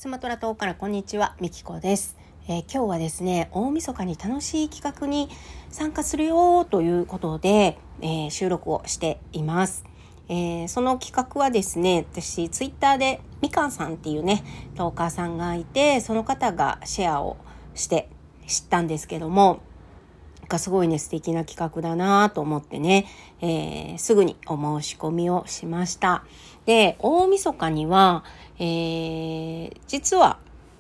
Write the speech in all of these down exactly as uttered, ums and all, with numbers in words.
スマトラ島からこんにちは、みきこです。えー、今日はですね、大晦日に楽しい企画に参加するよということで、えー、収録をしています。えー、その企画はですね、私ツイッターでみかんさんっていうねトーカーさんがいて、その方がシェアをして知ったんですけども、なんかすごいね素敵な企画だなと思ってね、えー、すぐにお申し込みをしました。で、大晦日には、えー、実は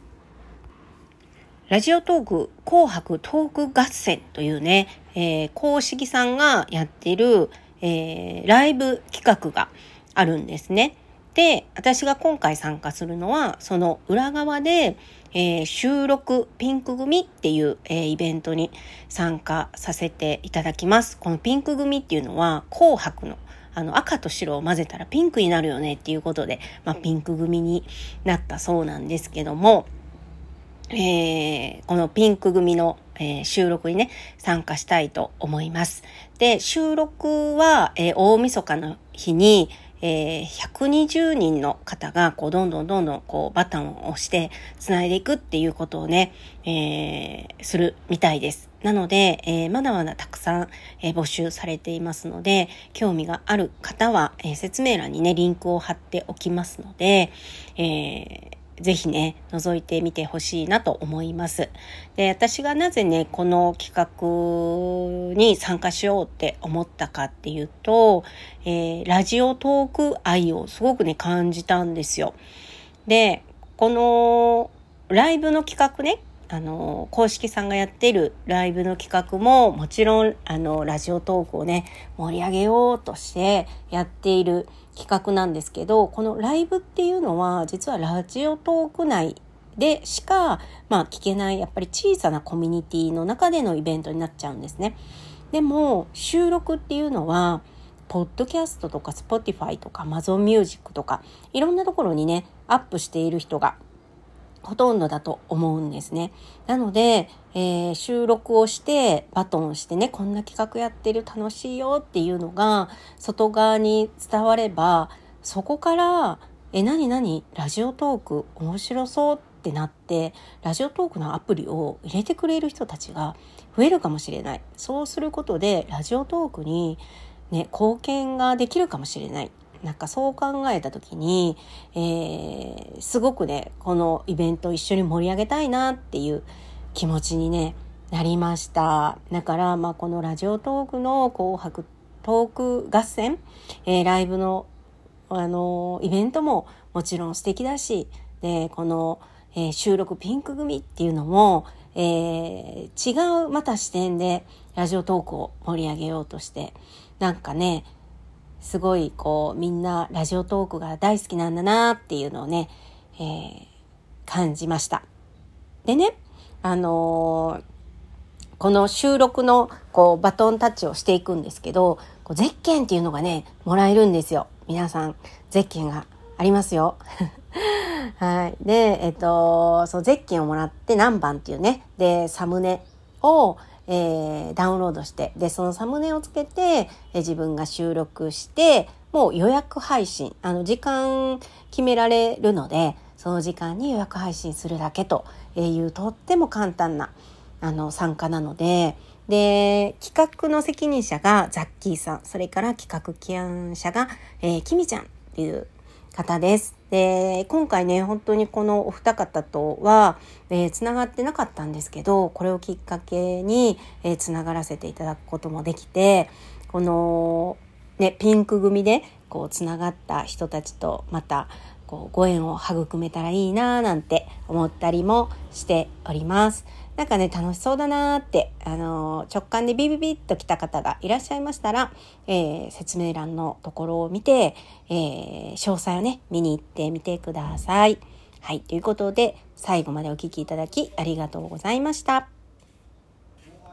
ラジオトーク紅白トーク合戦というね、えー、公式さんがやっている、えー、ライブ企画があるんですね。で、私が今回参加するのはその裏側で、えー、収録ピンク組っていう、えー、イベントに参加させていただきます。このピンク組っていうのは紅白のあの赤と白を混ぜたらピンクになるよねっていうことで、まあ、ピンク組になったそうなんですけども、えー、このピンク組の、えー、収録にね参加したいと思います。で、収録は、えー、大晦日の日に、えー、ひゃくにじゅうにんの方がこうどんどんどんどんこうバトンを押してつないでいくっていうことをね、えー、するみたいです。なので、えー、まだまだたくさん、えー、募集されていますので、興味がある方は、えー、説明欄にねリンクを貼っておきますので、えーぜひね覗いてみてほしいなと思います。で、私がなぜねこの企画に参加しようって思ったかっていうと、えー、ラジオトーク愛をすごくね感じたんですよ。で、このライブの企画ね、あの公式さんがやっているライブの企画ももちろんあのラジオトークをね盛り上げようとしてやっている企画なんですけど、このライブっていうのは実はラジオトーク内でしか、まあ、聞けないやっぱり小さなコミュニティの中でのイベントになっちゃうんですね。でも収録っていうのはポッドキャストとか Spotify とか Amazon Music とかいろんなところにねアップしている人がほとんどだと思うんですね。なので、えー、収録をしてバトンしてね、こんな企画やってる楽しいよっていうのが外側に伝われば、そこからえ何何ラジオトーク面白そうってなってラジオトークのアプリを入れてくれる人たちが増えるかもしれない。そうすることでラジオトークにね貢献ができるかもしれない。なんかそう考えた時に、えー、すごくねこのイベントを一緒に盛り上げたいなっていう気持ちに、ね、なりました。だから、まあ、このラジオトークの紅白トーク合戦、えー、ライブの、あのー、イベントももちろん素敵だし、でこの、えー、収録ピンク組っていうのも、えー、違うまた視点でラジオトークを盛り上げようとして、なんかねすごいこうみんなラジオトークが大好きなんだなっていうのをね、えー、感じました。でね、あのー、この収録のこうバトンタッチをしていくんですけど、こうゼッケンっていうのがねもらえるんですよ。皆さんゼッケンがありますよ。はい。で、えっとそうゼッケンをもらって何番っていうね、でサムネをえー、ダウンロードして、でそのサムネをつけて、えー、自分が収録して、もう予約配信、あの時間決められるのでその時間に予約配信するだけというとっても簡単なあの参加なので、で企画の責任者がザッキーさん、それから企画起案者が、えー、キミちゃんっていう方です。で、今回ね本当にこのお二方とは、えー、つながってなかったんですけど、これをきっかけに、えー、つながらせていただくこともできて、このねピンク組でこうつながった人たちとまたこうご縁を育めたらいいななんて思ったりもしております。なんかね楽しそうだなって、あのー、直感でビビビッと来た方がいらっしゃいましたら、えー、説明欄のところを見て、えー、詳細をね見に行ってみてください。はい、ということで最後までお聞きいただきありがとうございました。